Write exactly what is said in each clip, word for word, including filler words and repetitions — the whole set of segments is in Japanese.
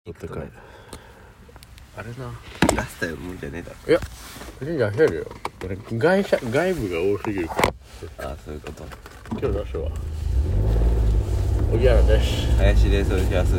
行くとねあれなラストよもんじゃねえだろ。 いや全然出せるよ。俺外車外部が多すぎるから。 ああそういうこと。 今日出すわ。おぎやらです。 林ですお願いします。う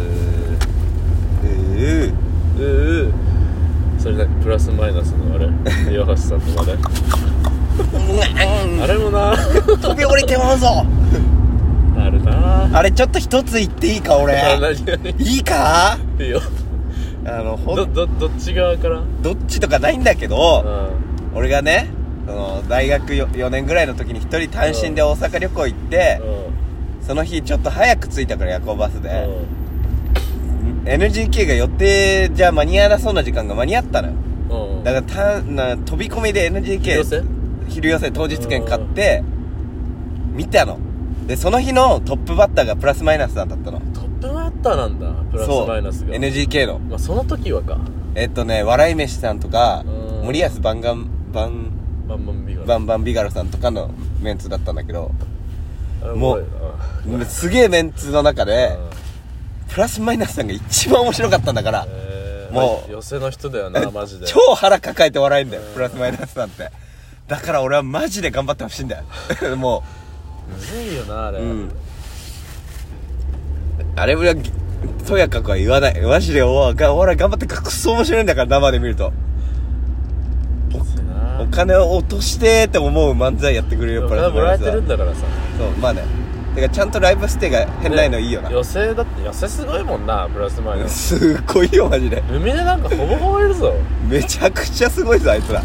ーうーそれだけプラスマイナスのあれ岩橋さんのあれあれもな飛び降りてもうぞあるなあれちょっと一つ言っていいか俺何何いいかいいよ。 あのほどどどっち側からどっちとかないんだけど、 うん俺がねその大学 よ, よねんぐらいの時に一人単身で大阪旅行行って、 うんその日ちょっと早く着いたから夜行バスで、 うんエヌジーケー が予定じゃ間に合わなそうな時間が間に合ったのよ。 うんだからたな飛び込みで エヌジーケー昼寄せ昼寄せ当日券買って見たので、その日のトップバッターがプラスマイナスさんだったの。 トップバッターなんだプラスマイナスが。 そう エヌジーケー のまあその時はかえっとね笑い飯さんとかうん森保バンガンバンバンバンビガバンバンビガロさんとかのメンツだったんだけど、もううもうすげえメンツの中でプラスマイナスさんが一番面白かったんだからえー、 もう寄せの人だよなマジで。 超腹抱えて笑えんだよプラスマイナスさんって。だから俺はマジで頑張ってほしいんだよもむずいよなあれ、 う、うん、あれはとやかくは言わないマジで。おわが俺は頑張ってクソ面白いんだから生で見るときついな。 お金を落としてって思う漫才やってくれるよおプラス金もらえてマイナスは。 るんだからさ。 そうまあねてかちゃんとライブステイが変ないのいいよな。 寄せだって寄せすごいもんなプラスマイナス。 すっごいよマジで。 海でなんかほぼほぼいるぞ。 めちゃくちゃすごいぞあいつら。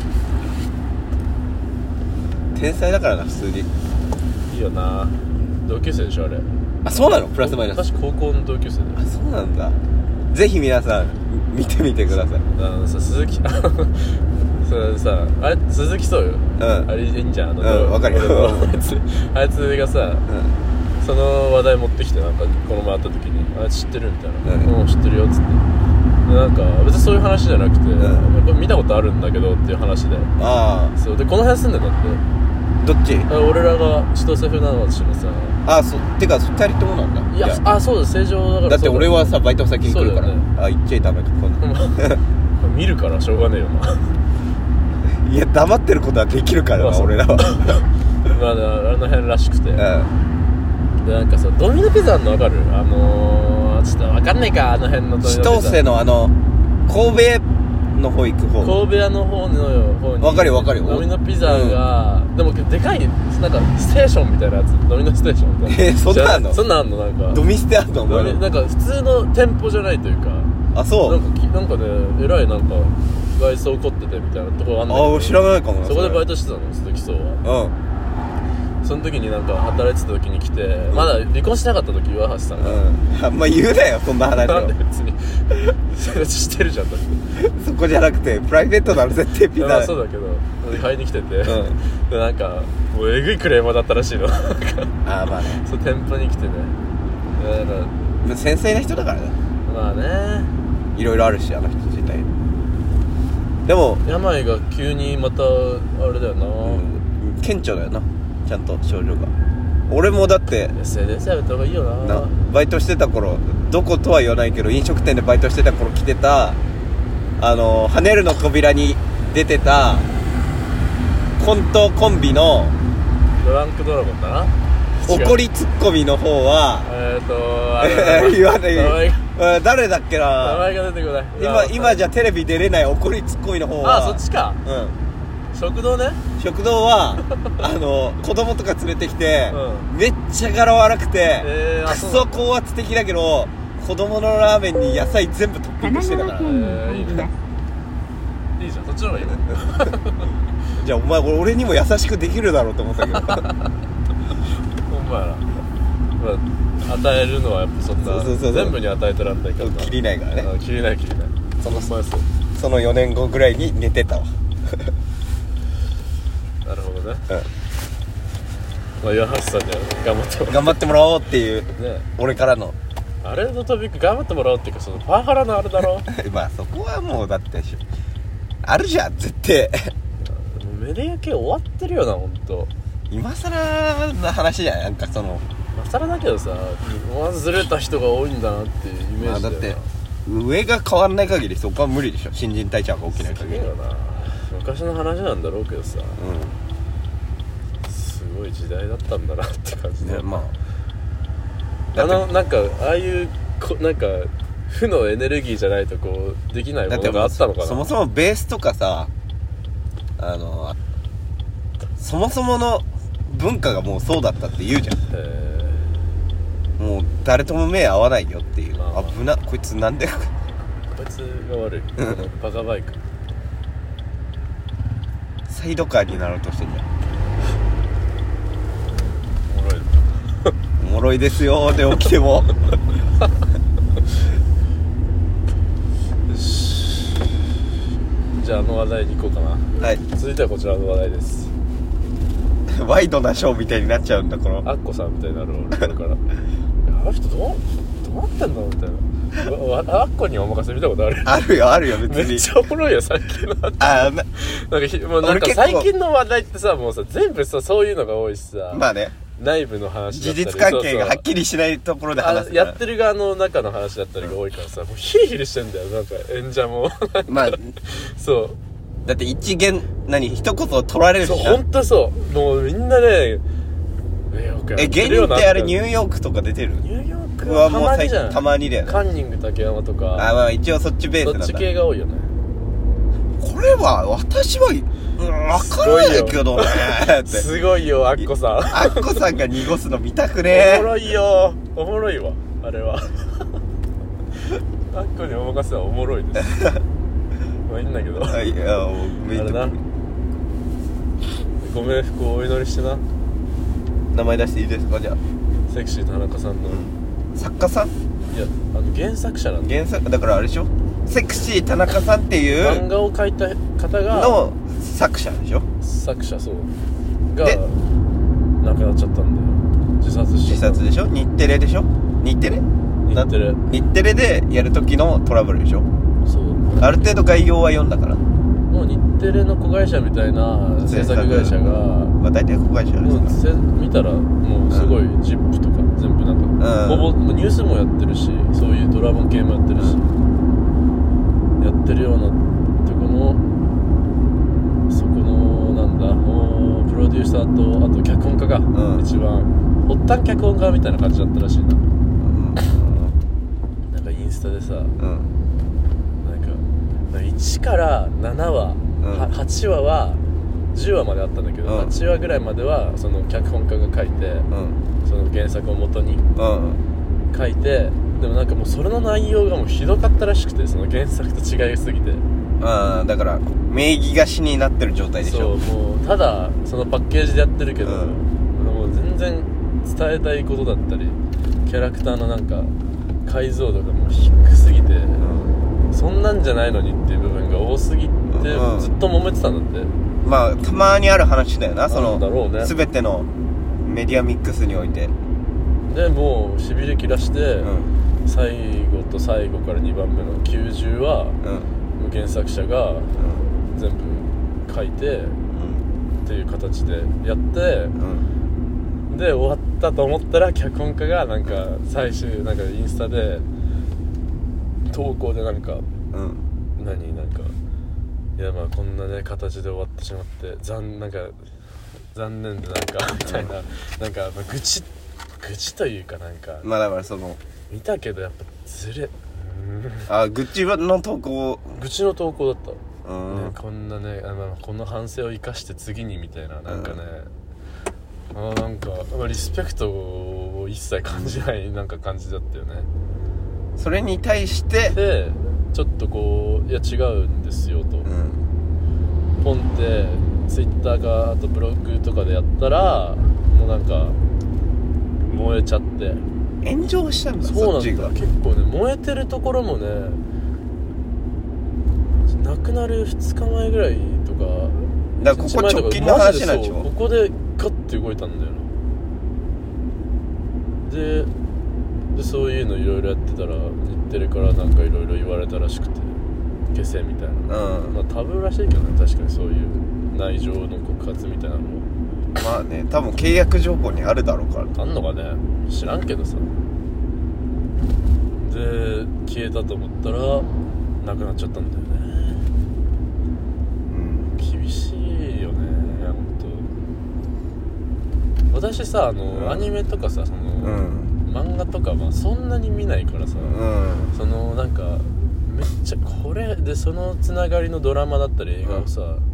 天才だからな普通に。 いいよな。同級生でしょあれ。 あそうなのプラスマイナス。 私高校の同級生で。 あそうなんだ。ぜひ皆さん見てみてください。 あのさ鈴木それさあれ鈴木そうよ、 うんあれいいんじゃんあの、 うんわかるよあいつあいつがさうんその話題持ってきてなんかこの前会った時にあいつ知ってるみたいな、 うんうん知ってるよっつってでなんか別にそういう話じゃなくて、 んこれ見たことあるんだけどっていう話であそうでこの辺住んでたってあどっち。 あ俺らが千歳船橋のさあそうてか二人ともなんだ。 いやあそうです正常だから。 だって俺はさバイト先に来るから、 そうだよねあ言っちゃいダメかこんな見るからしょうがねえよないや黙ってることはできるからな、 まあそう俺らはまああの辺らしくて、 うんでなんかさドミノピザあんの分かる？あのー、ちょっと分かんないかあの辺のドミノピザ千歳のあの神戸の方行く方。 神戸屋の方の方に分かるよ分かるよドミノピザが、うん、でもでかいなんかステーションみたいなやつドミノステーションみたいなえー、そんなあんの？ そんなんあんのなんかドミステあんのお前の。 なんか普通の店舗じゃないというかあそうなんかきなんかねえらいなんか外装凝っててみたいなところあんだけどあ俺知らないかもな。 そこでバイトトしてたの鈴木壮は。 うんその時になんか働いてた時に来て、うん、まだ離婚しなかった時岩橋さんが、 うん、あんま言うなよそんな話なんをで別にそれしてるじゃんだってそこじゃなくてプライベートなら絶対ピザ。 まあそうだけど買いに来てて、うん、でなんかもうえぐいクレーマーだったらしいのああまあねそう店舗に来てねだから繊細な人だからね。 まあねいろいろあるしあの人自体でも病が急にまたあれだよな、 うん、顕著だよなちゃんと症状が。俺もだってエスエヌエス やめた方がいいよな。 なバイトしてた頃どことは言わないけど飲食店でバイトしてた頃来てたあの跳ねるの扉に出てたコントコンビのドランクドラゴンだな。 怒りツッコミの方はえーっとあれ言わない名前が誰だっけ名な前が出てこない今今じゃテレビ出れない怒りツッコミの方はあそっちかうん食堂ね食堂はあの子供とか連れてきて、 うん、 めっちゃ柄悪くて、 えー、 クソ高圧的だけど子供のラーメンに野菜全部トッピングしてたから、 えー、いいねいいじゃんそっちの方がいいねじゃあお前俺にも優しくできるだろうと思ったけどほんまやな、まあ、与えるのはやっぱそんなそうそうそうそう全部に与えてらんないからな切りないからね切りない切りないそのほんまそうそのよねんごぐらいに寝てたわなるほどね、 うんまあ、岩橋さんには頑張ってもら頑張ってもらおうっていう、 ね、 俺からのあれのトピック頑張ってもらおうっていうかそのパワハラのあれだろまあそこはもうだってあるじゃん絶対メディア系終わってるよなほんと今更な話じゃんなんかその今更だけどさまずずれた人が多いんだなっていうイメージだよな、 まあ、だって上が変わんない限りそこは無理でしょ。新陳代謝が起きない限り。 すげえよな。昔の話なんだろうけどさ、 うすごい時代だったんだなって感じで、 んね、まああのなんかああいうこなんか負のエネルギーじゃないとこうできないものがあったのかな。 そもそもベースとかさ、あのそもそもの文化がもうそうだったって言うじゃん。 へもう誰とも目合わないよっていう、 まあ危な、こいつなんでこいつが悪いこのバカバイクサイドカーになろうとしてんじゃん。 おもろいおもろいですよで起きてもじゃああの話題に行こうかな。 はい続いてはこちらの話題です。 ワイドなショーみたいになっちゃうんだこのアッコさんみたいになる俺これからあの人どうどうなってんだろうみたいな。わわアッコにお任せ見たことある。 あるよあるよ別に。 めっちゃおもろいよ最近の話あななんかひもうなんか最近の話題ってさもうさ全部さそういうのが多いしさ、 まあね、 内部の話だったり事実関係がはっきりりしないところで話すからやってる側の中の話だったりが多いからさ、もうヒリヒリしてんだよなんか演者もまあそうだって一元何一言取られるしな。 そう本当そうもうみんなねえ芸人ってあれニューヨークとか出てる？ ニューヨークははたもう最まにじゃん。 たまにだよね。 カンニング竹山とかあまあ一応そっちベースなんだ。 そっち系が多いよね。 これは私は、うん、分からないけどねってすごいよアッコさん。 アッコさんが濁すの見たくおねもろいよおもろいわあれはアッコにお任せはおもろいですまあいいんだけどえ。いやもうめあれなご冥福をお祈りしてな。 名前出していいですかじゃあ。 セクシー田中さんの、 作家さん？ いやあの原作者なんだ。 原作だからあれでしょ。セクシー田中さんってい漫う画を描いた方がの作者でしょ。 作者そうがで亡くなっちゃったんだよ。自殺しちゃ自った殺でしょ。日テレでしょ。日テレ？ 日テレな日テレでやる時のトラブルでしょ。 そうある程度概要は読んだから。 もう日テレの子会社みたいな制作会社がまあ大体子会社ですもうせ見たらもうすごいジップとか全部なんか、 うん、 ほぼもうニュースもやってるしそういうドラゴン系もやってるし、うん、やってるようなとこのそこのなんだもうプロデューサーとあと脚本家が一番、うん、発端脚本家みたいな感じだったらしいな、うん、なんかインスタでさ、うんいちからななわ、うん、はちわはじゅうわまであったんだけど、うん、はちわぐらいまではその脚本家が書いて、うん、その原作を元に書いて、うん、でもなんかもうそれの内容がもうひどかったらしくてその原作と違いすぎてあだから名義貸しになってる状態でしょ。 そうもうただそのパッケージでやってるけど、うん、もう全然伝えたいことだったりキャラクターのなんか解像度がもう低すぎて、うんそんなんじゃないのにっていう部分が多すぎて、うん、ずっと揉めてたんだって。 まあたまにある話だよなそのだろうね全てのメディアミックスにおいてでもうしびれ切らして、うん、最後と最後からにばんめのきゅうじゅうは、うん、原作者が全部書いて、うん、っていう形でやって、うん、で終わったと思ったら脚本家がなんか最終なんかインスタで投稿でなんか、うん、何なんかいやまあこんなね形で終わってしまって残なんか残念でなんかみたいな、うん、なんか、まあ、愚痴愚痴というかなんかまあだからその見たけどやっぱずれあ愚痴の投稿愚痴の投稿だった、 うんね、こんなねあ、まあ、この反省を生かして次にみたいななんかね、うん、あなんかリスペクトを一切感じないなんか感じだったよね。 それに対してでちょっとこういや違うんですよと、うん、ポンってツイッターかあとブログとかでやったらもうなんか燃えちゃって炎上したんだ。 そうなんだ結構ね燃えてるところもね亡くなるふつかまえぐらいとかだからここ直近の話なんでしょ。 ここでガッて動いたんだよな。ででそういうのいろいろやってたら日テレからなんかいろいろ言われたらしくて消せみたいな、うん、まあタブーらしいけどね確かにそういう内情の告発みたいなのもまあね多分契約条項にあるだろうからあんのかね知らんけどさでで消えたと思ったらなくなっちゃったんだよね、うん、厳しいよね本当。私さあの、うん、アニメとかさその、うん、漫画とかまあそんなに見ないからさ、うん、そのなんかめっちゃこれでそのつながりのドラマだったり映画をさ、うん、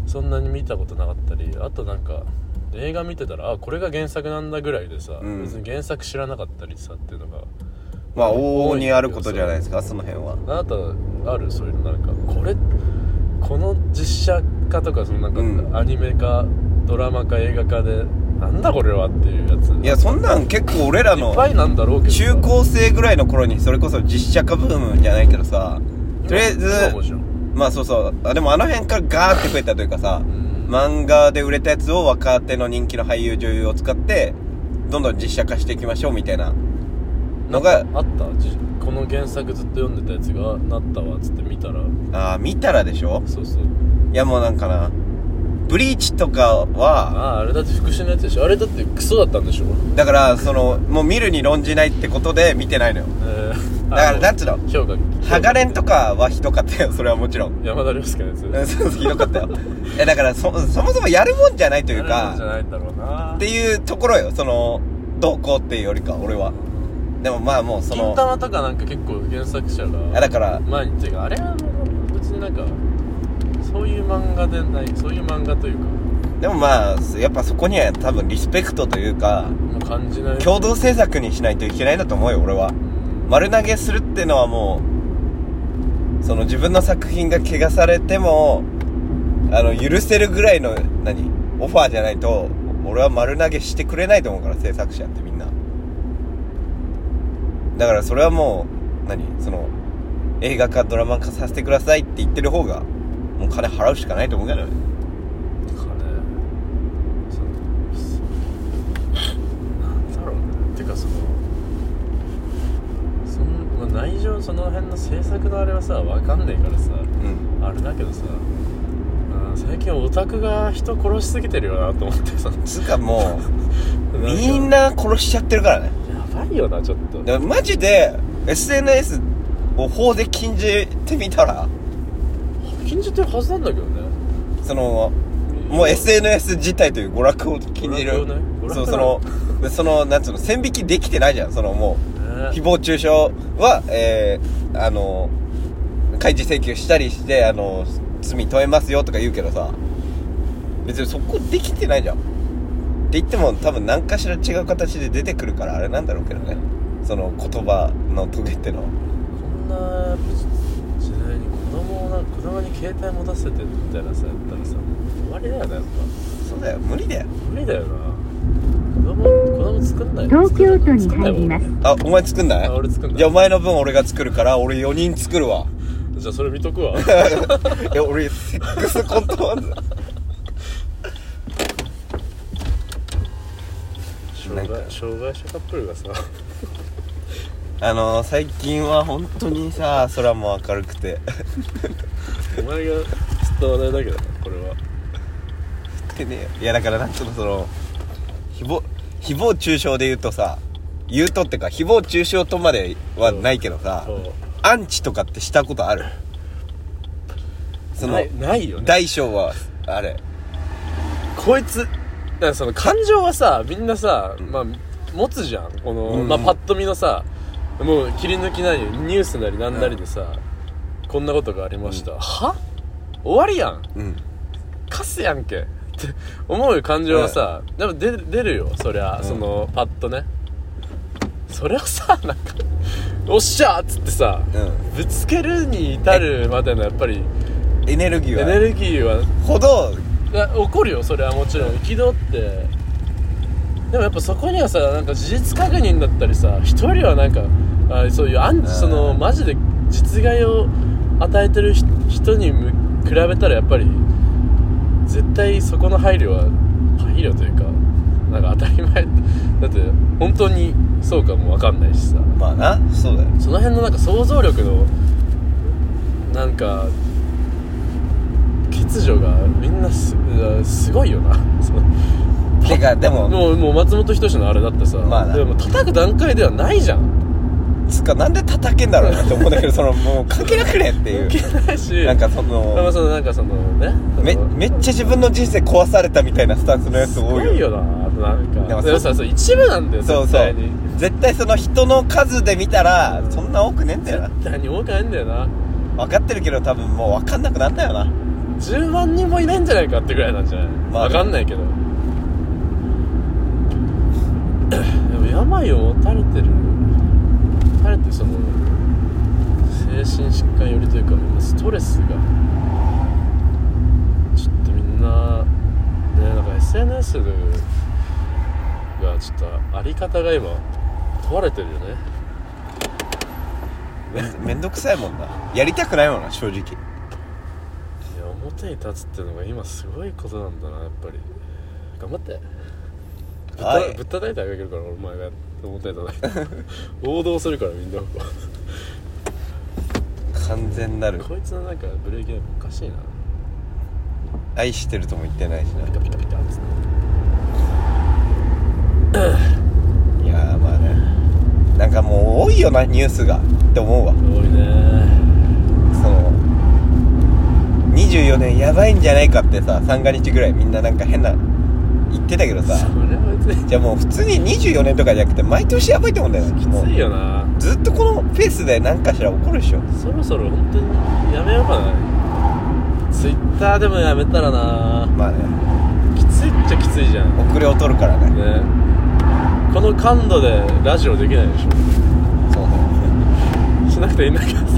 そんなに見たことなかったり、あとなんか映画見てたらあこれが原作なんだぐらいでさ、うん、別に原作知らなかったりさっていうのがまあ往々にあることじゃないですか。その辺はあなたあるそういうのなんかこれこの実写化とかそのなんか、うん、アニメ化ドラマ化映画化でなんだこれはっていうやつ。 いやそんなん結構俺らの中高生ぐらいの頃にそれこそ実写化ブームじゃないけどさ、とりあえずまあそうそうあでもあの辺からガーって増えたというかさ、うん、漫画で売れたやつを若手の人気の俳優女優を使ってどんどん実写化していきましょうみたいなのがあった。この原作ずっと読んでたやつがなったわっつって見たらああ見たらでしょ。 そうそう。 いやもうなんかなブリーチとかはあああれだって復讐のやつでしょ。あれだってクソだったんでしょ。 だからそのもう見るに論じないってことで見てないのよ、えー、だからなんつうの評価ハガレンとかはひどかったよ。それはもちろん山田涼介のやつそうひどかったよいやだから そ, そもそもやるもんじゃないというかやるもんじゃないんだろうなっていうところよ。そのどうこうっていうよりか俺はでもまあもうその金玉とかなんか結構原作者がだから前にっていうかあれは別になんかそういう漫画でないそういう漫画というかでもまあやっぱそこには多分リスペクトというか感じない共同制作にしないといけないんだと思うよ俺は。丸投げするってのはもうその自分の作品が怪我されてもあの許せるぐらいの何オファーじゃないと俺は丸投げしてくれないと思うから制作者ってみんな。だからそれはもう何その映画化ドラマ化させてくださいって言ってる方がもう金払うしかないと思うからね。 金そうなんだろうね。てかそのその、まあ、内情その辺の制作のあれはさ分かんないからさ、うん、あれだけどさ最近オタクが人殺しすぎてるよなと思ってさつうかもうみんな殺しちゃってるからね。 やばいよなちょっと。 だからマジで エスエヌエス を法で禁じてみたら禁じてるはずなんだけどね。 そのもう エスエヌエス 自体という娯楽を禁じる、ね、そうそのそのなんつうの線引きできてないじゃん。そのもう、ね、誹謗中傷はえー、あの開示請求したりしてあの罪問えますよとか言うけどさ別にそこできてないじゃんって言っても多分何かしら違う形で出てくるからあれなんだろうけどね。その言葉のトゲってのこんな時代に子供をな子供に携帯持たせてみたいなさやったらさ終わりだよね。やっぱそうだよ無理だよ無理だよな。子供子供作んない。 東京都に入ります。 あお前作んない。 あ俺作んない。 じゃあお前の分俺が作るから俺よにん作るわ。 じゃあそれ見とくわいや俺セックスコントロール障害障害者カップルがさあのー、最近は本当にさ空も明るくてお前がずっと話題だけどなこれはでね。いやだからなんつうのその誹謗誹謗中傷で言うとさ言うとってか誹謗中傷とまではないけどさアンチとかってしたことある。そのない, ないよね。 大小はあれこいつだからその感情はさみんなさ、まあ、持つじゃんこの、うんまあ、パッと見のさもう切り抜きなりニュースなりなんなりでさ、うん、こんなことがありました、うん、は終わりやん、うん、カスやんけって思う感情はさ、うん、でも 出, 出るよそりゃ、うん、そのパッとねそれをさなんかおっしゃーっつってさ、うん、ぶつけるに至るまでのやっぱりエネルギーはエネルギーはほど起こるよそれはもちろん憤ってでもやっぱそこにはさなんか事実確認だったりさ一人はなんかあそういうアンチそのマジで実害を与えてる人に比べたらやっぱり絶対そこの配慮は配慮というかなんか当たり前だって本当にそうかも分かんないしさまあなそうだよその辺のなんか想像力のなんか欠如がみんな す, すごいよなてかでももうもう松本人志のあれだってさ、まあ、でも叩く段階ではないじゃんつかなんで叩けんだろうなって思うんだけどそのもう関係なくねっていう関係ないしなんかそのまあそのなんかそのねめ, めっちゃ自分の人生壊されたみたいなスタンスのやつ多いよ。 すごいよな。あとなんかでもでもさそう一部なんだよ。 そうそう絶対に絶対その人の数で見たらそんな多くねえんだよな。 絶対に多くないんだよな。 分かってるけど多分もう分かんなくなんだよな。 じゅうまんにんもいないんじゃないかってぐらいなんじゃない、 まあ、 分かんないけどでも病を持たれてる持たれてその精神疾患よりというかストレスがちょっとみんなねなんか エスエヌエス がちょっとあり方が今問われてるよね。 め, めんどくさいもんな。やりたくないもんな正直。 いや表に立つってのが今すごいことなんだなやっぱり。頑張ってぶったぶったたいてあげるからお前が表に立たない王道するからみんな完全なるこいつのなんかブレーキがおかしいな。 愛してるとも言ってないしな。 ピカピカピカっつっていやーまあねなんかもう多いよなニュースがって思うわ。 多いね。 そのにじゅうよねんやばいんじゃないかってさ三が日ぐらいみんななんか変な言ってたけどさ、 それは別にじゃあもう普通ににじゅうよねんとかじゃなくて毎年やばいと思うんだよね。 きついよな。 ずっとこのペースで何かしら起こるでしょ。 そろそろ本当にやめようかな。ツイッターでもやめたらな。 まあねきついっちゃきついじゃん。 遅れを取るからね。 ねこの感度でラジオできないでしょ。 そうねしなくていいんだけどさ。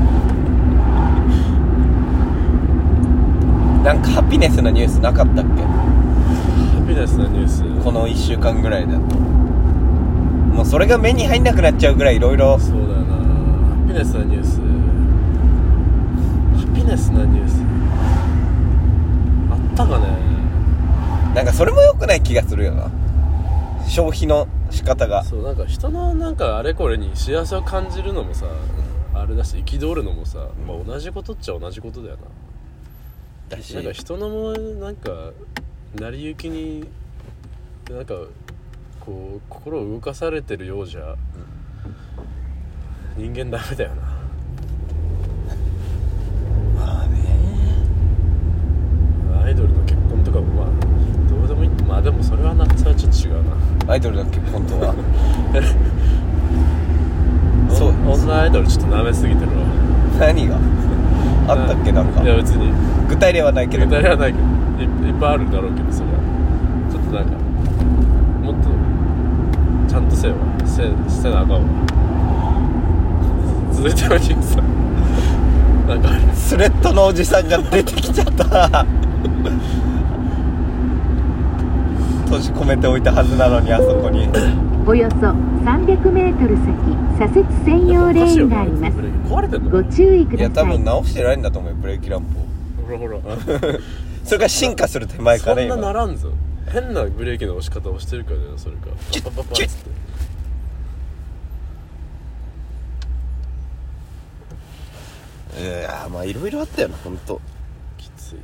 なんかハピネスなニュースなかったっけ。 ハピネスなニュースこのいっしゅうかんぐらいだともうそれが目に入んなくなっちゃうぐらいいろいろ。 そうだよな。ハピネスなニュースハピネスなニュースあったかね。 なんかそれも良くない気がするよな消費の仕方が。 そうなんか人のなんかあれこれに幸せを感じるのもさ、うん、あれだし憤るのもさ、うんまあ、同じことっちゃ同じことだよな。だしなんか人のもなんか成り行きになんかこう心を動かされてるようじゃ、うん、人間ダメだよな。 まあねアイドルの結婚とかもまあどうでもいい。まあでもそれはなそれはちょっと違うな。 アイドルの結婚とはそう女アイドルちょっと舐めすぎてるわ。 何があったっけなんか。 いや別に具体例はないけど。 具体例はないけど い, いっぱいあるんだろうけどそれはちょっとなんかもっとちゃんとせよせしてなあかんわ。続いてはニュースなんかある。 スレッドのおじさんが出てきちゃった閉じ込めておいたはずなのにあそこにおよそさんびゃくメートル先左折専用レーンがあります。 壊れてんの？ ご注意ください。 いや多分直してないんだと思うよブレーキランプを。 ほらほらそれが進化する手前かね。 そんなならんぞ。変なブレーキの押し方をしてるからだよそれか。パパパパッつっていやまあいろいろあったよな本当。 きついね。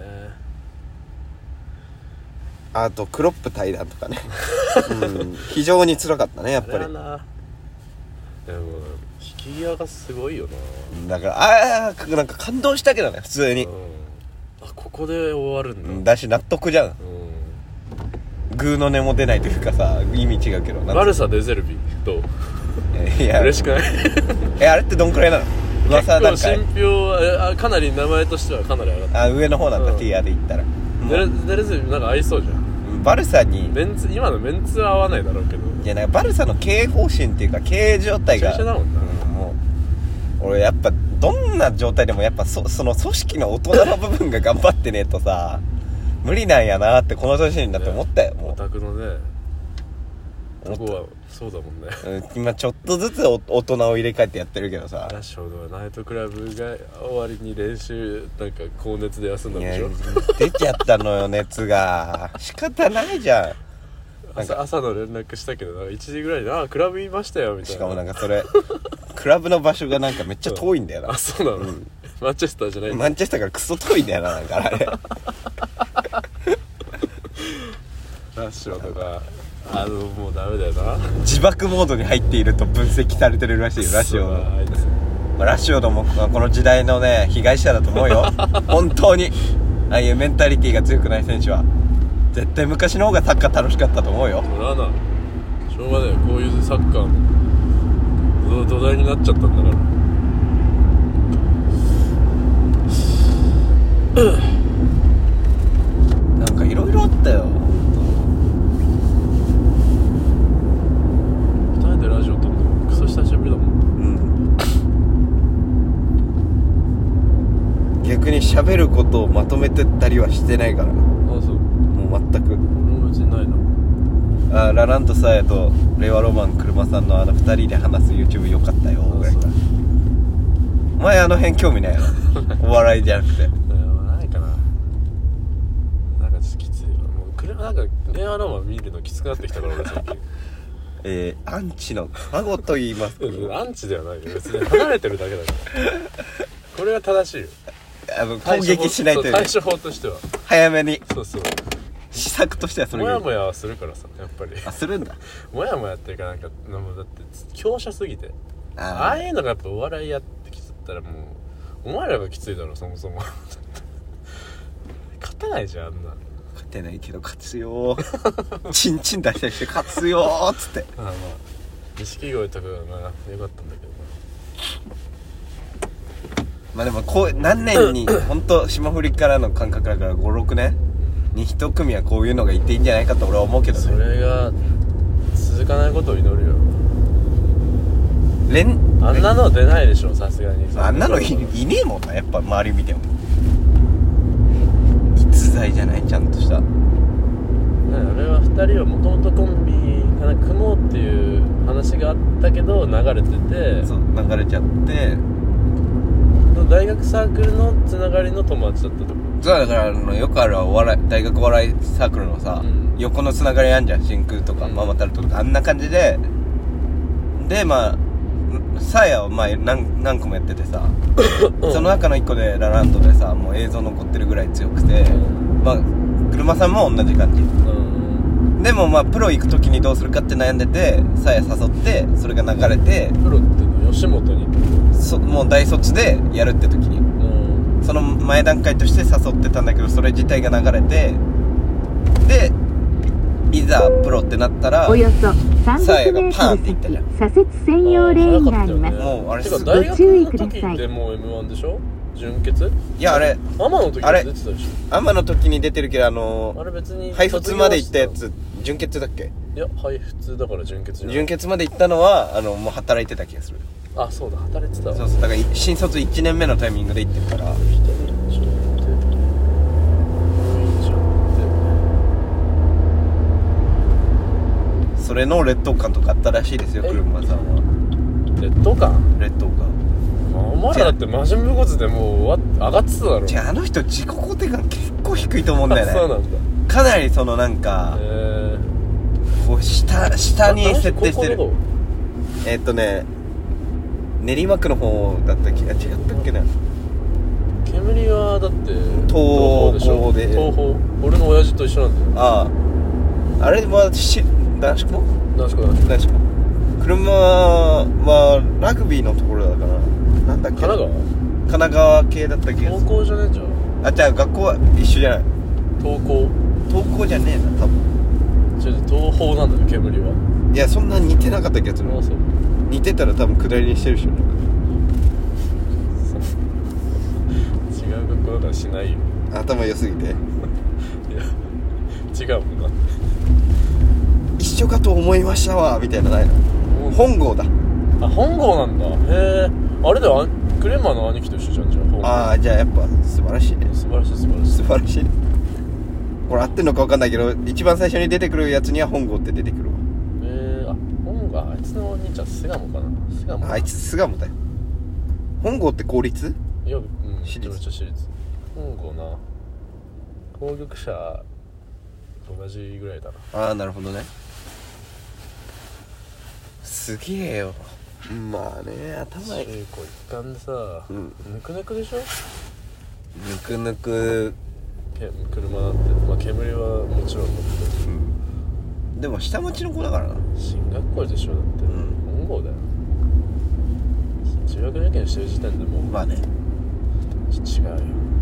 あとクロップ対談とかね、うん、非常に辛かったねやっぱり。 あれはなでも引き際がすごいよな。 だからああなんか感動したけどね普通に、 うん、あここで終わるんだだし納得じゃん、うん、グーの音も出ないというかさ意味違うけどバルサ・デゼルビどういや嬉しくないえあれってどんくらいなの噂なんか結構信憑あかなり名前としてはかなり上がった。 あ上の方なんだ、うん、ティアで言ったらデレデレゼルビなんか合いそうじゃん。 バルサにメンツ今のメンツは合わないだろうけどいやなんかバルサの経営方針っていうか経営状態が一緒だもんな、 うん、もう俺やっぱどんな状態でもやっぱ そ, その組織の大人の部分が頑張ってねえとさ無理なんやなってこの年になって思ったよ、ね、もうオタクのねここはそうだもんね、 うん、今ちょっとずつ大人を入れ替えてやってるけどさラッシュほどはナイトクラブが終わりに練習なんか高熱で休んだんでしょ。 出ちゃったのよ熱が仕方ないじゃん。 朝, 朝の連絡したけどなんかいちじぐらいであクラブいましたよみたいな。 しかもなんかそれクラブの場所がなんかめっちゃ遠いんだよな、うん、 あそうなの、うん、マンチェスターじゃないんだ。 マンチェスターからクソ遠いんだよななんかあれラッシュとかあのもうダメだよな。 自爆モードに入っていると分析されてるらしいよラシオの。 あいつまあラシオのもこの時代のね被害者だと思うよ本当にああいうメンタリティが強くない選手は絶対昔の方がサッカー楽しかったと思うよ。 それはなしょうがないよ、こういうサッカーの土台になっちゃったんだからなんかいろいろあったよ。 ふたりでラジオ撮るのクソ久しぶりだもん。 うん逆に喋ることをまとめてたりはしてないからな。 あそうもう全く。 俺も別にないな。 あラランドサエと令和ロマン車さんのあのふたりで話す YouTube 良かったよぐらい。お前あの辺興味ないのお笑いじゃなくて。 ないかな。なんかちょっときついわ。もう車なんか令和ロマン見るのきつくなってきたから俺最近えー、アンチの孫と言いますけどアンチではないよ別に離れてるだけだからこれが正しいよ。 あの攻撃しないという、ね、 対処法としては早めに。 そうそう施策としてはそれがいい。 もやもやするからさやっぱりあするんだもやもやっていうかなんかもうだって強者すぎて あ, あ, ああいうのがやっぱお笑いやってきちゃったらもうお前らがきついだろそもそも勝てないじゃんあんな。 勝てないけど勝つよチンチン出したりして勝つよーっつってああまあ錦鯉とかがなよかったんだけどな。 まあでもこう何年に本当霜降りからの感覚だからごろくねんに一組はこういうのがいていいんじゃないかと俺は思うけどね。 それが続かないことを祈るよ。 連あんなの出ないでしょさすがに。 あんなの い, いねえもんなやっぱ周り見ても逸材じゃないちゃんとした。 ねあれはふたりはもともとコンビかな組もうっていう話があったけど流れててそう流れちゃって大学サークルのつながりの友達だったとこ。 そうだからあのよくあるお笑い大学お笑いサークルのさ、うん、横のつながりあんじゃん真空とか、うん、ママタルトとかあんな感じででまあサーヤはまあ 何, 何個もやっててさその中のいっこでラランドでさもう映像残ってるぐらい強くて、うん、まあ車さんも同じ感じ、うん、でもまあプロ行く時にどうするかって悩んでてサーヤ誘ってそれが流れてプロっての吉本にそもう大卒でやるって時に、うん、その前段階として誘ってたんだけどそれ自体が流れてでいざプロってなったらおよそさんびゃくメートル先左折専用レーンがあります。 もうあれご注意ください。大学の時ってもう エムワン でしょ準決。 いやあれアマの時に出てたでしょ。 アマの時に出てるけどあのー、 あれ別に配布まで行ったやつ準決だっけ。 いや配布だから準決じゃない。 準決まで行ったのはあのもう働いてた気がする。 あそうだ働いてた。 そうそうだから新卒いちねんめのタイミングで行ってるからそれの劣等感とかあったらしいですよ車さんは。 劣等感劣等感お前らだってマジン部骨でもう上がってただろ。 じゃああの人自己肯定感結構低いと思うんだよねそうなんだ。 かなりそのなんか、えー、こう下下に設定してる。えー、っとね練馬区の方だったっけ。違ったっけな。 煙はだって東宝で東宝俺の親父と一緒なんだよ。 あああれはし男子校男子校男子校。 車はラグビーのところだからなんだっけ。 神奈川神奈川系だったっけ。 東高じゃねえじゃん。 あじゃあ学校は一緒じゃない。 東高東高じゃねえな多分。 違う東宝なんだよ煙は。 いやそんな似てなかった気がする。 あそう似てたら多分下りにしてるでしょ。 違う学校だからしないよ頭良すぎて。いや違うもんな。 一緒かと思いましたわみたいなないの。本郷だ。 あ本郷なんだ。へえあれだよクレマの兄貴と一緒じゃんじゃあ。 ああじゃあやっぱ素晴らしいね。 素晴らしい素晴らしい素晴らしいね。これ合ってんのか分かんないけど一番最初に出てくるやつには本郷って出てくるわ。 えー、あ本郷あいつのお兄ちゃん巣鴨かな。巣鴨あいつ巣鴨だよ。本郷って公立。 いやうん私立。 私立本郷な攻撃者と同じぐらいだな。 ああなるほどね。すげえよ。まあね頭いい。 中高一貫でさ、うん、ぬくぬくでしょ。 ぬくぬく車だって、まあ、煙はもちろんだけど、うん、 でも下町の子だからな。 進学校でしょだって、うん、本校だよ。中学受験してる時点でもうまあね違うよ。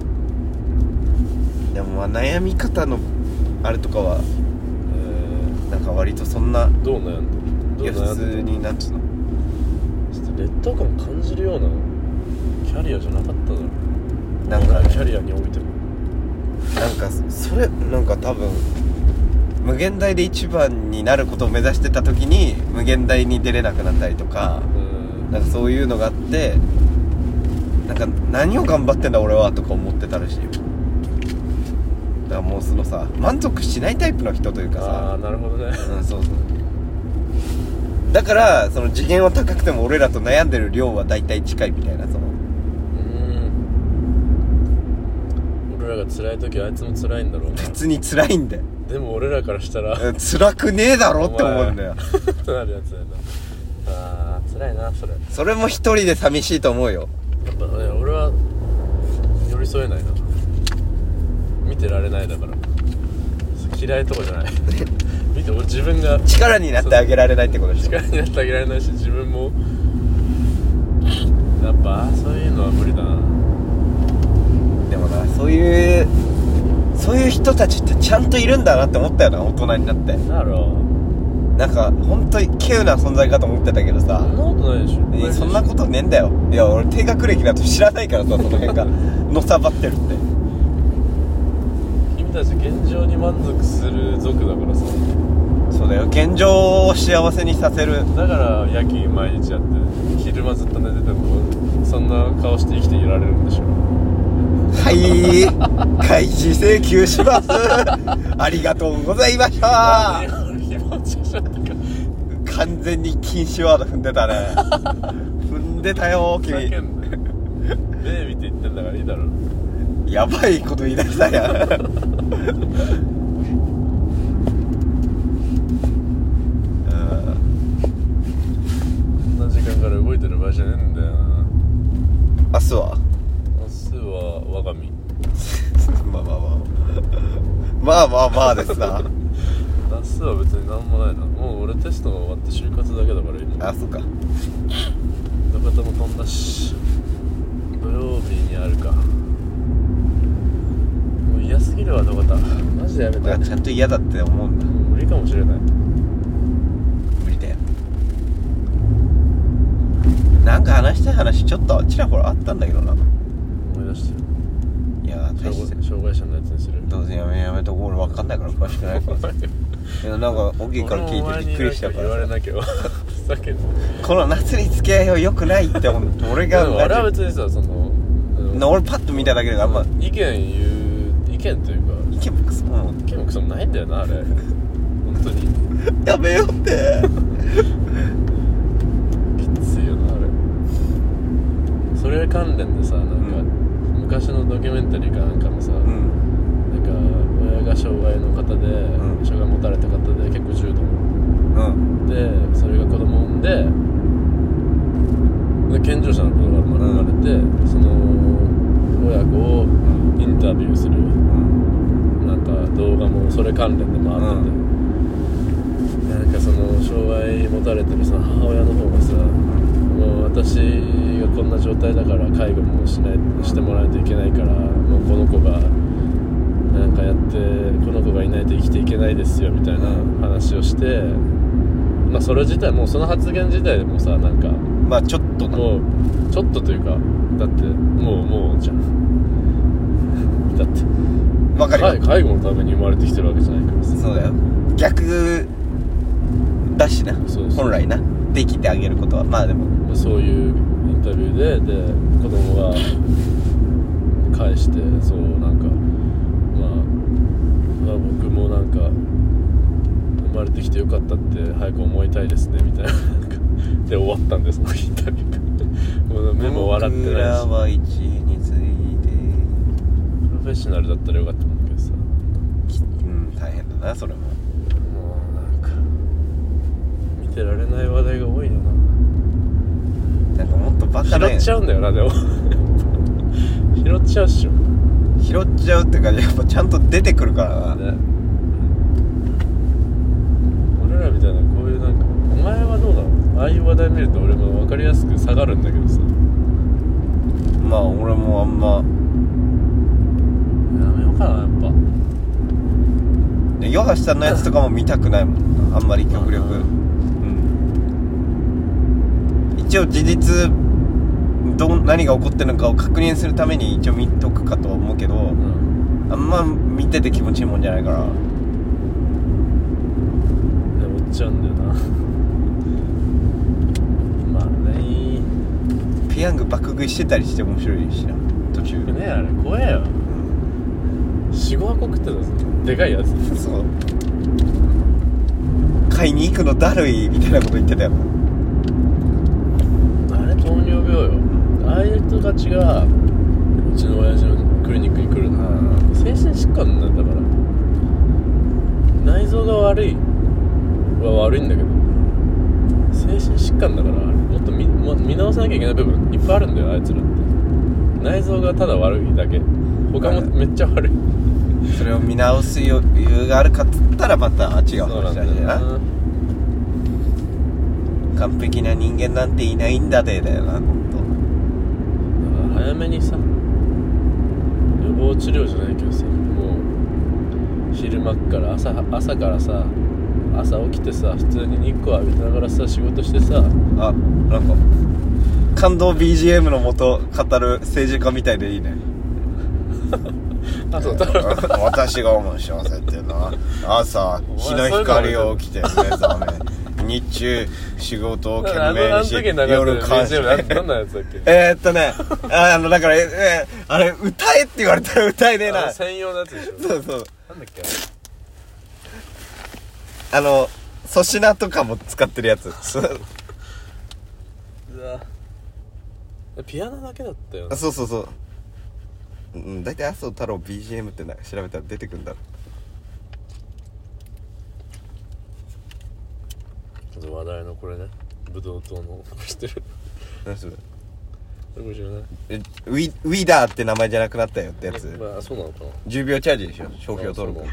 でもまあ悩み方のあれとかは、えー、なんか割とそんなどう悩んでる？ いや普通になんつうのちょっと劣等感感じるようなキャリアじゃなかっただろ。 なんか、ね、 キャリアにおいてもなんかそれなんか多分無限大で一番になることを目指してた時に無限大に出れなくなったりとか、なんかそういうのがあって、なんか何を頑張ってんだ俺はとか思ってたらしいよ。だからもうそのさ満足しないタイプの人というかさ。 ああなるほどね。 うんそうそう。だからその次元は高くても俺らと悩んでる量は大体近いみたいなその。 俺らが辛い時はあいつも辛いんだろうな。 別に辛いんだよ。 でも俺らからしたら辛くねえだろって思うんだよ。 となるやつだよな。あー辛いなそれ。 それも一人で寂しいと思うよ。 やっぱね俺は寄り添えないな。見てられないだから。嫌いとかじゃない。見て俺自分が力になってあげられないってことでしょ。 力になってあげられないし自分もやっぱそういうのは無理だな。 でもなそういうそういう人たちってちゃんといるんだなって思ったよな大人になって。 なるほど。 なんか本当に稀有な存在かと思ってたけどさ。 そんなことないでしょ。 えそんなことねえんだよ。いや俺低学歴だと知らないからさその辺がのさばってるって。 君たち現状に満足する族だからさ。 そうだよ現状を幸せにさせる。 だから夜勤毎日やって昼間ずっと寝ててもそんな顔して生きていられるんでしょ。 はい開示請求しますありがとうございました。完全に禁止ワード踏んでたね踏んでたよ君。 叫んでベイビーって言ってんだからいいだろ。 やばいこと言い出したやんこんな時間から動いてる場合じゃねえんだよな。 明日は明日は我が身まあまあまあまあまあまあですな明日は別になんもないな。もう俺テストが終わって就活だけだから今。 あそっか。 土方も飛んだし土曜日にあるか。もう嫌すぎるわ土方マジでやめたい。 ちゃんと嫌だって思うんだ。 無理かもしれない。 無理だよ。なんか話したい話ちょっとちらほらあったんだけどな。 思い出してる。 いや大して障害者のやつにする。 どうせやめやめとこう。俺分かんないから詳しくないからいやなんか大きいから聞いてびっくりしたから言われなきゃだけどこの夏に付き合いは良くないって思って俺が俺は別にさその俺パッと見ただけであんま意見言う意見というか意見もクソも意見もクソもないんだよなあれ本当にやめようってきついよなあれ。それ関連でさなんか、うん、昔のドキュメンタリーかなんかのさ、うん、なんか親が障害の方で、うん、障害持たれた方で結構重度、うん、でそれが子供を産んでで健常者の子が生まれて、うん、その親子をインタビューする、うん、なんか動画もそれ関連でもあってて、うん、なんかその障害持たれてるその母親の方がさ、もう私がこんな状態だから介護もしないしてもらわないといけないからもうこの子がなんかやってこの子がいないと生きていけないですよみたいな話をして、まあそれ自体もうその発言自体でもさなんかまあちょっともうちょっとというかだってもうもうじゃんだってわかるよ、 介護のために生まれてきてるわけじゃないからさ。 そうだよ逆だしな。そうそう本来なできてあげることはまあでもそういうインタビューでで子供が返してそうなんかまあ、まあ、僕もなんか生まれてきてよかったって早く思いたいですねみたいなで終わったんですそのインタビューもう目も笑ってないし僕らは一についてプロフェッショナルだったらよかったんだけどさうん大変だなそれも。 もうなんか見てられない話題が多いよな。 なんかもっとバカな拾っちゃうんだよなでも拾っちゃうっしょ。 拾っちゃうっていうかやっぱちゃんと出てくるからな、ね、 みたいな、こういうなんかお前はどうだろう、ああいう話題見ると俺も分かりやすく下がるんだけどさ。 まあ俺もあんまやめようかなやっぱ。 ヨガさんのやつとかも見たくないもん、あんまり極力。うん、一応事実ど何が起こってるのかを確認するために一応見とくかとは思うけど、うん、あんま見てて気持ちいいもんじゃないから。 で追っちゃうんだよなまあね、 ペヤング爆食いしてたりして面白いしな途中ね。あれ怖えよ、よん、ごはこ食ってたぞ、でかいやつ。 そう買いに行くのだるいみたいなこと言ってたよ。 あれ糖尿病よ。ああいう人たちがうちの親父のクリニックに来るな。精神疾患なんだから、内臓が悪いは悪いんだけど精神疾患だから、もっと 見, も見直さなきゃいけない部分いっぱいあるんだよ、あいつらって。内臓がただ悪いだけ、他もめっちゃ悪い。 それを見直す余裕があるかっつったらまた違う話だしな。完璧な人間なんていないんだでだよな、ほんと。 だから早めにさ、予防治療じゃないけどさ、もう昼間っから 朝, 朝からさ、朝起きてさ、普通に日光浴びながらさ仕事してさ、 あ、なんか感動 ビージーエム の元語る政治家みたいでいいねあ、そうだろ私が思う幸せっていうのは朝日の光を起きて目覚め日中仕事を懸命にし夜感謝何のやつだっけえーっとねあのだから、えー、あれ歌えって言われたら歌えねえな。 専用のやつでしょ。 そうそう、 なんだっけあの粗品とかも使ってるやつうわピアノだけだったよ、ね、 そうそうそう、うん、だいたい麻生太郎 ビージーエム ってな調べたら出てくるんだろ。 話題のこれね、ブドウ糖の知ってる？ 何それ？ これ知らない？ えウィウィダーって名前じゃなくなったよってやつ。 まあそうなのかな。 じゅうびょうチャージでしょ、商標登録が。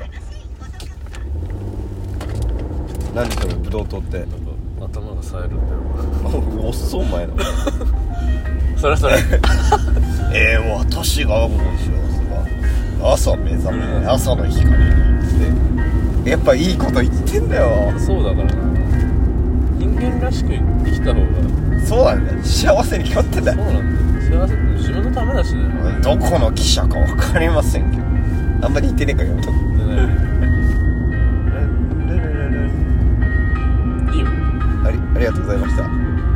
何それブドウ糖って。 なんか頭が冴えるんだよおっそお前のそれそれえー、私が思う幸せは朝目覚め、朝の光にってやっぱいいこと言ってんだよ。 そうだからな、人間らしく生きた方がそうなんだよ、幸せに決まってんだよ。 そうなんだよ、幸せって自分のためだしね。 どこの記者か分かりませんけど、あんまり言ってねえからやめとく。 いいよ、 あり、ありがとうございました。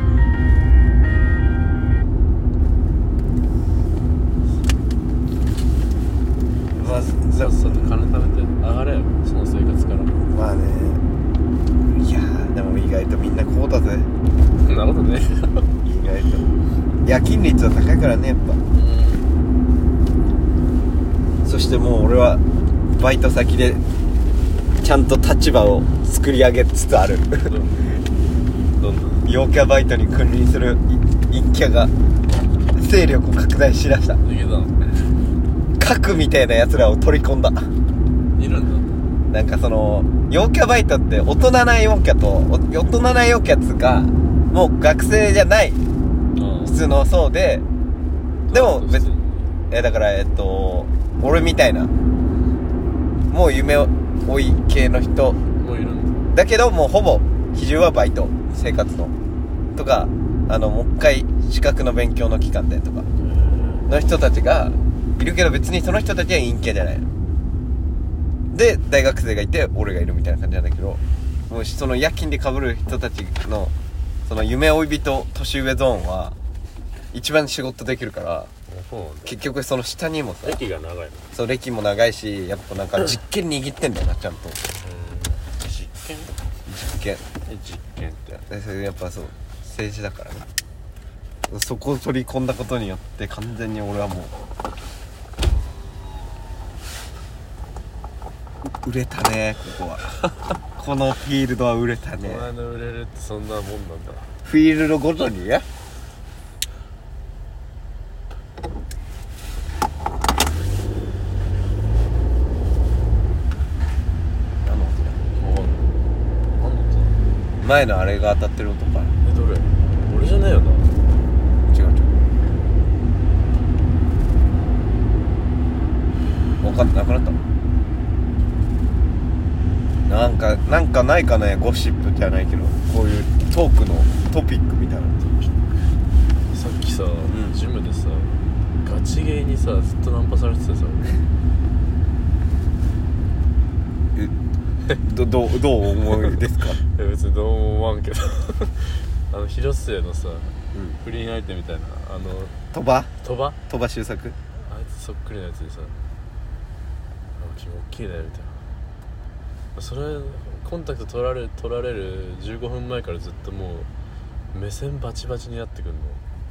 まあ、 さっさと金貯めて上がれよ、その生活から。 まあね、いやーでも意外とみんなこうだぜ。 そんなことね意外と夜勤率は高いからね、やっぱ。うん、そしてもう俺はバイト先でちゃんと立場を作り上げつつあるどんどん陽キャバイトに君臨する陰キャが勢力を拡大しだした。 いけた核みたいなやつらを取り込んだ。 いるんだ。なんかその陽キャバイトって大人な陽キャと大人な陽キャつかもう学生じゃない普通の層で、でも別にえだからえっと俺みたいなもう夢追い系の人もういるんだけどもうほぼ比重はバイト生活のとか、あのもう一回資格の勉強の期間でとかの人たちがいるけど、別にその人たちは陰キャじゃないので、大学生がいて俺がいるみたいな感じなんだけど、もうその夜勤で被る人たちのその夢追い人年上ゾーンは一番仕事できるから、結局その下にもさ歴が長いの。 そう歴も長いし、やっぱなんか実験握ってんだよなちゃんと。 実験実験実験ってそれやっぱそう政治だからね。そこを取り込んだことによって完全に俺はもう売れたね、ここはこのフィールドは売れたね。 お前の売れるってそんなもんなんだ。 フィールドごとにね。 前のあれが当たってる音かな。 えどれ？俺じゃねえよな。 違う違う。分かってなくなった。なんかなんかないかね、ゴシップじゃないけどこういうトークのトピックみたいな。 さっきさ、 ん、 ジムでさガチゲーにさずっとナンパされててさえどどうどうお思いですか？ いや別にどうも思わんけどあの広末のさ、 うん、 不倫相手みたいなあの鳥羽鳥羽鳥羽周作、 あいつそっくりなやつでさあ君大きいねみたいな、それコンタクト取られ取られるじゅうごふんまえからずっともう目線バチバチにやってくんの。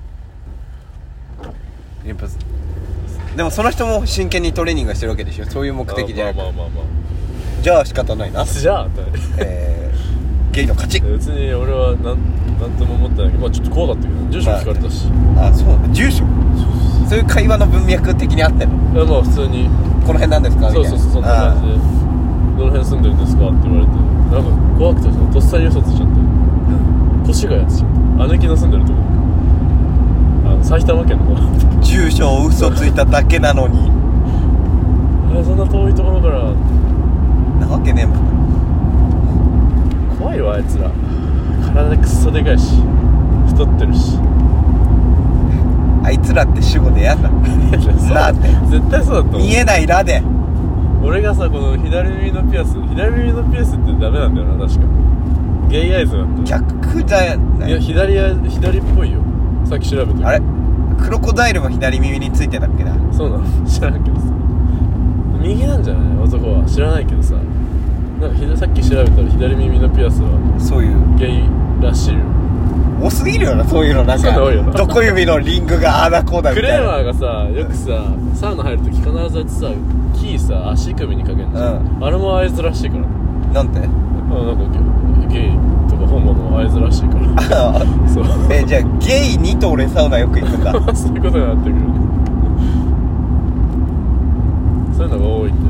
やっぱでもその人も真剣にトレーニングしてるわけでしょ。そういう目的じゃなくて、 まあまあまあまあじゃあ仕方ないな。 じゃあってえー、ゲイの勝ち。 別に俺はなんなんとも思ってないけど、まあちょっと怖かったけど住所聞かれたし、 まあ、あ、そう住所そういう会話の文脈的にあってんの？ いやまあ普通にこの辺なんですかみたいな。 そうそうそうそんな感じでどの辺住んでるんですかって言われて、なんか怖くてさとっさに嘘ついちゃって、越谷やつちゃって姉貴の住んでるとこあの埼玉県の方住所を嘘ついただけなのにえそんな遠いところからなわけねえもん。 怖いわあいつら。体くっそでかいし太ってるしあいつらって主語でやんななって絶対そうだと思う。 見えないらで俺がさこの左耳のピアス左耳のピアスってダメなんだよな確か。ゲイアイズなんだよ。 逆じゃない。 いや左あ左っぽいよ。さっき調べて。 あれクロコダイルも左耳についてたっけな。 そうなの知らんけどさ右なんじゃない男は知らないけどさ、なんかひさっき調べたら左耳のピアスはそういうゲイらしいよ。 多すぎるよなそういうの。なんかそういうの多いよなどこ指のリングがあだこうだみクたいな。 レーマーがさよくさサウナ入るとき必ずやってさキーさ足首にかけるんじゃん、 うん、 あれも合図らしいから。 なんてあなんかゲイとかホモの合図らしいからそうえじゃあゲイにと俺サウナよく行くんだそういうことになってくる。そういうのが多いって。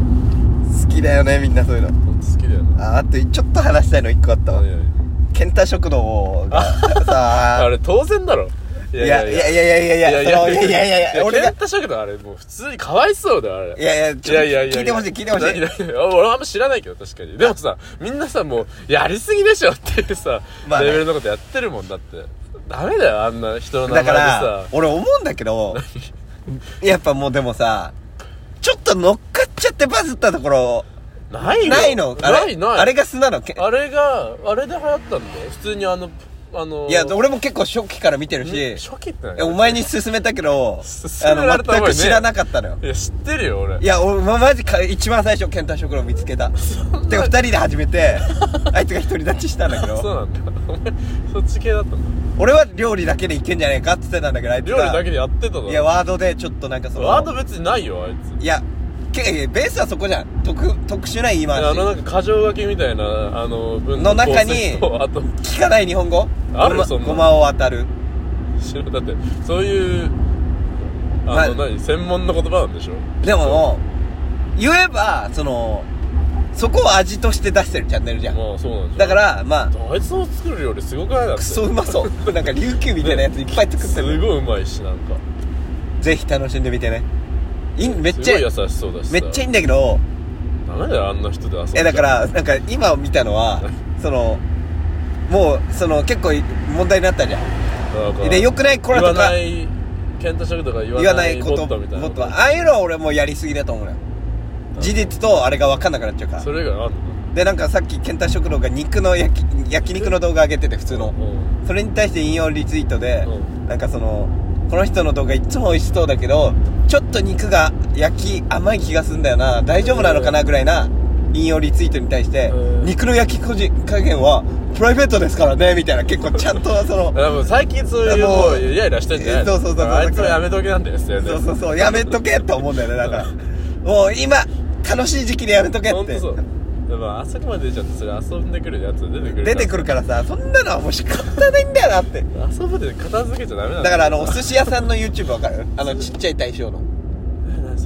好きだよねみんなそういうの。 ほんと好きだよね。 ああとちょっと話したいの一個あったわ。 何々 ケンタ食堂がさあれ当然だろ。いいやいやいやいやいやいやいやいやいやいやいや俺がケンタ食堂あれもう普通にかわいそうだよあれ。 いやいやちょっと聞いてほしい聞いてほしい。 いやいや俺はあんま知らないけど確かに。でもさみんなさもうやりすぎでしょっていうさ、まあね、レベルのことやってるもんだって。ダメだよあんな人の名前でさ。 だから俺思うんだけどやっぱもうでもさちょっと乗っかっちゃってバズったところないよ。 ないのあれないないあれが素なの。 あれがあれで流行ったんだよ普通に。あのあのいや俺も結構初期から見てるし、 初期って何？ お前に勧めたけど勧められたあの全く知らなかったのよ。 いや知ってるよ俺。 いや俺マジか一番最初ケンタ食堂見つけたでもふたりで始めてあいつが独り立ちしたんだけどそうなんだお前そっち系だったんだ。 俺は料理だけでいけんじゃねえかって言ってたんだけどあいつが料理だけでやってただろ。 いやワードでちょっとなんかそのワード別にないよあいつ。 いやけベースはそこじゃん。特特殊な言い回しあのなんか箇条書きみたいなあの文の中にあと聞かない日本語あるそんなごまを当たる知らだってそういうあの、ま、何専門の言葉なんでしょ。 でも言えばそのそこを味として出してるチャンネルじゃん。 まあそうなんじゃん。 だからまああいつの作る料理すごくないだってクソうまそうなんか琉球みたいなやついっぱい作ってる、 すごいうまいしなんかぜひ楽しんでみてね。いめっちゃすごい優しそうだしさめっちゃいいんだけどダメだよあんな人で遊んで。 えだからなんか今見たのはそのもうその結構問題になったじゃん。でよくないコラとか言わないケンタ食とか言わないことボットみたいなもっとああいうのは俺もうやりすぎだと思うのよ。事実とあれが分かんなくなっちゃうから。 それ以外あんのでなんかさっきケンタ食堂が肉の焼き焼肉の動画上げてて普通の、うん、それに対して引用リツイートで、うん、なんかそのこの人の動画いつも美味しそうだけどちょっと肉が焼き甘い気がするんだよな大丈夫なのかなぐらいな引用リツイートに対して肉の焼き加減はプライベートですからねみたいな結構ちゃんとそのでも最近そういうもうイライラしてんじゃない。 そうそうそうそうあいつはやめとけなんだよね。 そうそうそうやめとけって思うんだよね。だからもう今楽しい時期でやめとけって。 ほんとそう。でもあそこまで出ちゃってそれ遊んでくるやつ出てくる出てくるからさそんなのはもう仕方ないんだよなって遊ぶで片付けちゃダメなんだよ。 だからあのお寿司屋さんの YouTube わかるあのちっちゃい大将のえ何それ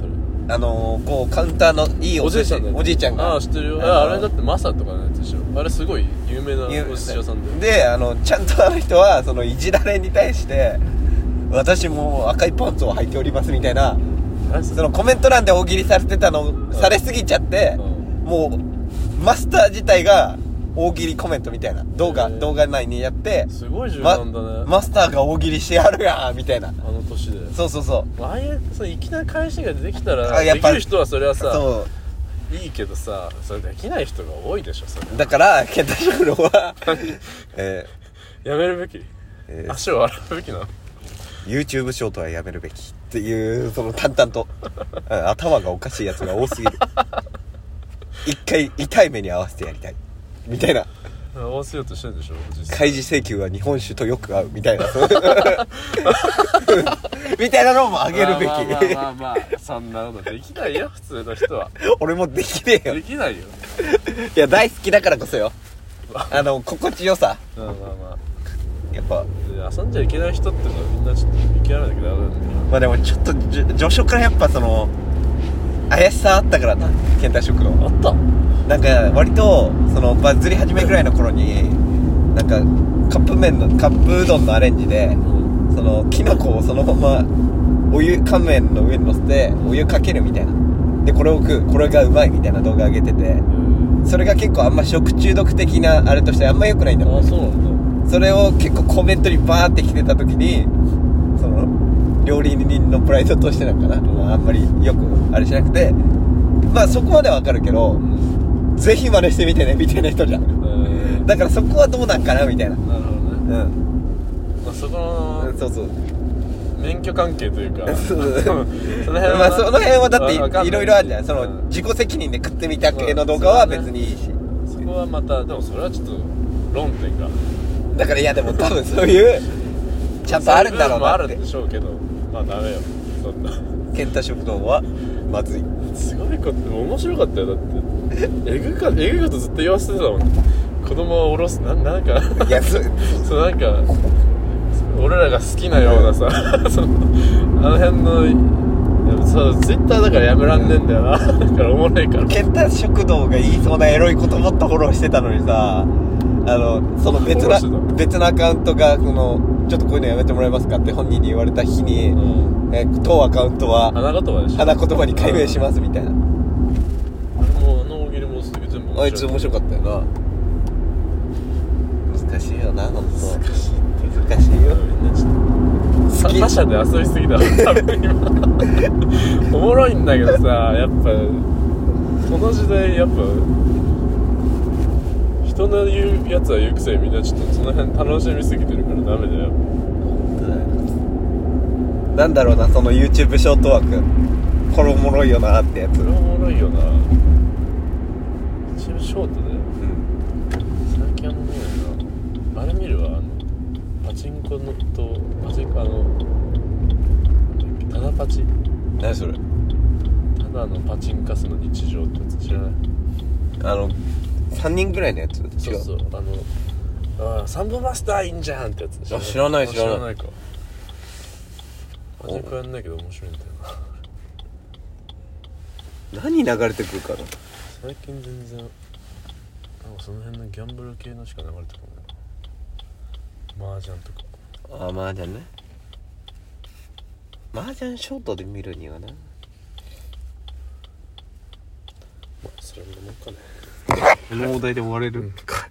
あのー、こうカウンターのいいお寿司おじいちゃんがああ知ってるよ、あ, あれだってマサとかのやつでしょ、あれすごい有名なお寿司屋さんでで、あのちゃんとあの人はそのいじられに対して私も赤いパンツを履いておりますみたいな、そのコメント欄で大喜利されてたの、うん、されすぎちゃって、うん、もうマスター自体が大喜利コメントみたいな動画、動画内にやって、 すごい柔軟だね、 ま、マスターが大喜利してやるやんみたいな、あの年で、 そうそうそう、 ああいうさいきなり返しができたらできる人はそれはさいいけどさ、それできない人が多いでしょそれ。 だからケンタ食堂は、 えー、やめるべき、えー、足を洗うべきなの。 YouTube ショートはやめるべきっていう、その淡々と頭がおかしいやつが多すぎる一回痛い目に合わせてやりたいみたいな、 合わせようとしてるでしょ。 開示請求は日本酒とよく合うみたいなみたいなのもあげるべき。まあまあまあ、まあ、 そんなことできないよ普通の人は。 俺もできねえよ。 できないよ。 いや大好きだからこそよあの心地よさ。 まあまあまあやっぱ遊んじゃいけない人ってのはみんなちょっと見極めなきゃダメなんだよ。 まあでもちょっと序章からやっぱその怪しさあったからな、ケンタ食堂あった。 なんか割とそのバズり始めぐらいの頃になんかカップ麺のカップうどんのアレンジで、うん、そのきのこをそのままお湯乾麺の上に乗せてお湯かけるみたいなでこれを食う、これがうまいみたいな動画上げてて、うん、それが結構あんま食中毒的なあれとしてあんま良くないんだもんね。 あ、そうなんだ。 それを結構コメントにバーって来てた時にその料理人のプライドとしてなんかな、まあ、あんまりよくあれしなくて、まあそこまではわかるけど、うん、ぜひ真似してみてねみたいな人じゃん、えー、だからそこはどうなんかなみたいな。 なるほどね。 うん、 まあ、そこのそうそう免許関係というかその辺は、まあ、その辺はだっていろいろあるじゃん。その自己責任で食ってみた系の動画は別にいいし、 そこはまたでもそれはちょっと論点がだからいやでも多分そういうちゃんとあるんだろうなって。 あるんでしょうけど、まあダメよそんな。 ケンタ食堂はまずい。 すごいこと面白かったよ。だってえぐかえぐいことずっと言わせてたもん。子供を下ろすななんかいやそそうなんか俺らが好きなようなさそのあの辺のそうツイッターだからやめらんねえんだよなだからおもろいから。 ケンタ食堂が言いそうなエロいこともっとフォローしてたのにさ、あのその別な別のアカウントがこのちょっとこういうのやめてもらえますかって本人に言われた日に、うん、え当アカウントは花言葉でしょ。 花言葉に改名しますみたいな。 もうあの大喜利も全部面白い。 あいつ面白かったよな。難しいよな本当。 難しい難しいよ。 みんなちょっと他社で遊びすぎた多分今おもろいんだけどさ、やっぱこの時代やっぱ人の言うやつは言うくせにみんなちょっとその辺楽しみすぎてるからダメだよ。 なんだろうなその YouTube ショート枠これおもろいよなってやつ。 これおもろいよな YouTube ショートで、うん、最近あのねあれ見るわ、あのパチンコのとパチンコあのただパチ何それ。 ただのパチンカスの日常ってやつ知らない？ あのさんにんぐらいのやつ。 そうそうあのあサンボマスターいいんじゃんってやつ。 あ知らない知らない。知らないか。パチンコやんないけど面白いんだよな。何流れてくるかな。 最近全然なんかその辺のギャンブル系のしか流れてこない。麻雀とか。 ああ麻雀ね。麻雀ショートで見るにはな。まあそれもなんかね。 このお題で終われる、うん